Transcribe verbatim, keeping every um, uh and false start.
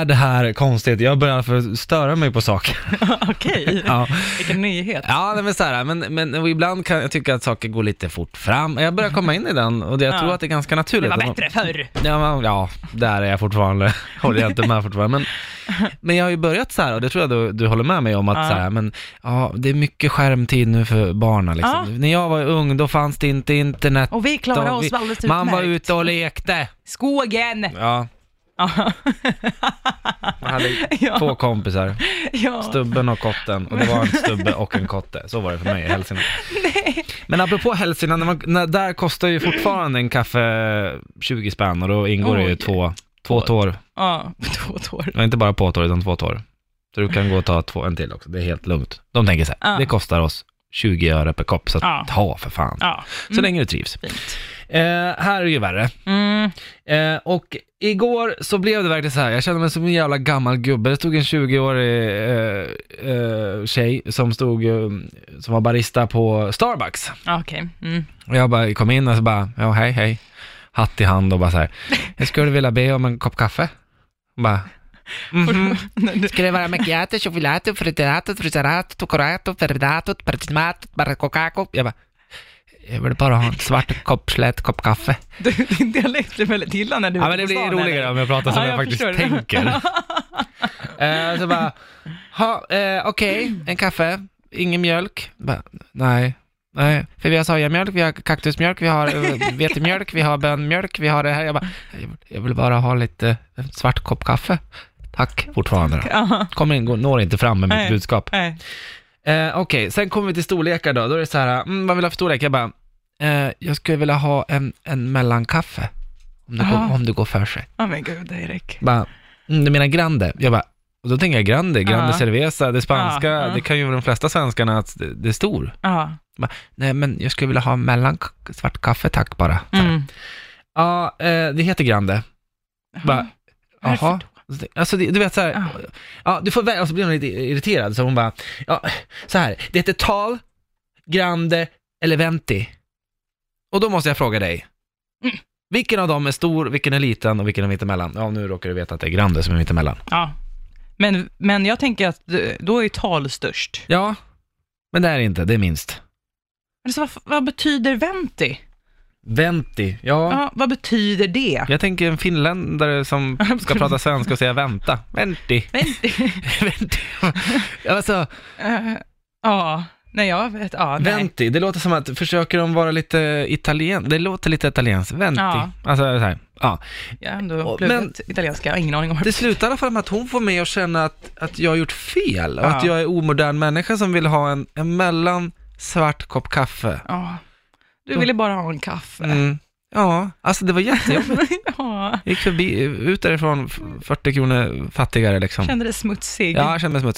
är det här konstigt? Jag börjar för störa mig på saker. Okej, ja. Vilken nyhet. Ja, det är så här, men, men och ibland kan jag tycka att saker går lite fort fram. Jag börjar komma in i den och det, jag Ja. tror att det är ganska naturligt. Det var bättre förr. Ja, men, ja, där är jag fortfarande. Håller jag inte med fortfarande. Men, men jag har ju börjat så här, och det tror jag du, du håller med mig om att Ja. så här, men ja, det är mycket skärmtid nu för barnen liksom. Ja. När jag var ung, då fanns det inte internet. Och vi klarade och oss vi, väldigt man var utmärkt. ute och lekte. Skogen. Ja, Ja. man hade Ja. två kompisar. Ja. Stubben och kotten. Och det var en stubbe och en kotte. Så var det för mig i Hälsingland. Nej. Men apropå Hälsingland, när man, när, där kostar ju fortfarande en kaffe tjugo spänn. Och då ingår det ju Oj. två, två tår. Ja, två tår. Ja, inte bara på tår utan två tår. Så du kan gå och ta två, en till också. Det är helt lugnt. De tänker så här, Ja. det kostar oss tjugo öre per kopp. Så att, Ja. ta för fan. Ja. Så länge du trivs. Fint. Eh, här är det ju värre. Mm. Eh, och igår så blev det verkligen så här. Jag kände mig som en jävla gammal gubbe. Det stod en tjugo-årig eh, eh, tjej som stod eh, som var barista på Starbucks. Okej. Mm. Och jag bara kom in och så bara, ja hej hej. Hatt i hand och bara så här. Jag skulle vilja be om en kopp kaffe. Och bara, mhm. Ska det vara macchiato, chocolate, fritterato, fritterato, tocorato, ferdato, pertimato, barcocaco? Jag bara, jag vill bara ha en svart kopp, slät kopp kaffe. Du, din dialekt blir väldigt illa när du Ja, är men det på blir stan, roligare eller? om jag pratar som Ja, jag, jag faktiskt förstår. tänker. eh, så bara, ha, eh, okej, okay, en kaffe, ingen mjölk. Bara, nej, nej, för vi har sojamjölk, vi har kaktusmjölk, vi har uh, vetemjölk, vi har bönmjölk, vi har det här. Jag bara, jag vill bara ha lite en svart kopp kaffe. Tack, fortfarande då. Ja. Kommer in, går, når inte fram med mitt Nej. budskap. Nej. Eh, Okej, okay. Sen kommer vi till storlekar då. Då är det så här, mm, vad vill jag för storlek? Jag bara, eh, jag skulle vilja ha en, en mellankaffe. Om det, går, Aha. om det går för sig. Ja, men gud, Erik. Bara, mm, du menar grande? Jag bara, och då tänker jag grande, grande Ja. cerveza, det spanska, Ja, ja. det kan ju de flesta svenskarna att det, det är stor. Ja. Bara, nej, men jag skulle vilja ha mellan svart kaffe, tack bara. Så här. Mm. Ja, eh, det heter grande. Bara, Varför jaha. Alltså det, du vet så här, Ja. ja, du får välja, och så blir hon lite irriterad så hon bara, ja, så här, det heter tal, grande eller venti. Och då måste jag fråga dig. Mm. Vilken av dem är stor, vilken är liten och vilken är mittemellan? Ja, nu råkar du veta att det är grande som är mittemellan. Ja. Men, men jag tänker att du- då är tal störst. Ja, men det är inte, det är minst. Alltså, vad, vad betyder venti? Venti, ja. Ja, vad betyder det? Jag tänker en finländare som ska prata svenska och säga vänta. Venti. Venti. Venti. Alltså, Eh, ja, nej jag vet. Ja, nej. venti, det låter som att försöker de vara lite italien. Det låter lite italienskt. Venti. Ja. Alltså så här. Ja. Jag har ändå Och- pluggat men- italienska, jag har ingen aning om Det slutar i alla fall med att hon får mig att känna att, att jag har gjort fel. Och Ja. att jag är omodern människa som vill ha en, en mellan svart kopp kaffe. Ja, du ville bara ha en kaffe. Mm. Ja, alltså det var jättejobbigt. Ja, Jag gick förbi, ut därifrån fyrtio kronor fattigare liksom. kände dig smutsig. Ja, jag kände mig smutsig.